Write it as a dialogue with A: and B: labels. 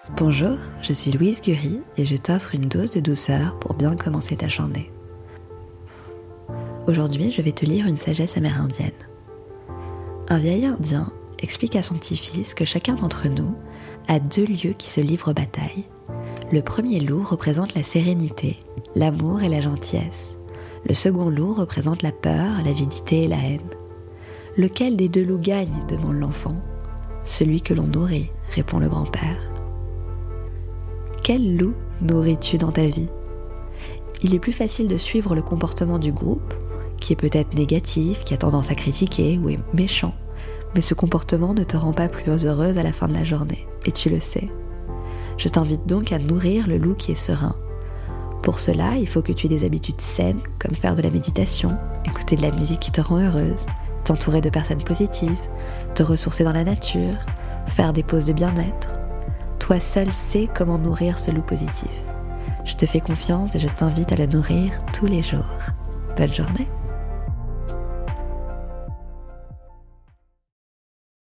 A: Bonjour, je suis Louise Gury et je t'offre une dose de douceur pour bien commencer ta journée. Aujourd'hui, je vais te lire une sagesse amérindienne. Un vieil Indien explique à son petit-fils que chacun d'entre nous a 2 lieux qui se livrent bataille. Le premier loup représente la sérénité, l'amour et la gentillesse. Le second loup représente la peur, l'avidité et la haine. Lequel des 2 loups gagne ? Demande l'enfant. Celui que l'on nourrit, répond le grand-père. Quel loup nourris-tu dans ta vie ? Il est plus facile de suivre le comportement du groupe, qui est peut-être négatif, qui a tendance à critiquer ou est méchant, mais ce comportement ne te rend pas plus heureuse à la fin de la journée, et tu le sais. Je t'invite donc à nourrir le loup qui est serein. Pour cela, il faut que tu aies des habitudes saines, comme faire de la méditation, écouter de la musique qui te rend heureuse, t'entourer de personnes positives, te ressourcer dans la nature, faire des pauses de bien-être. Toi seul sais comment nourrir ce loup positif. Je te fais confiance et je t'invite à le nourrir tous les jours. Bonne journée!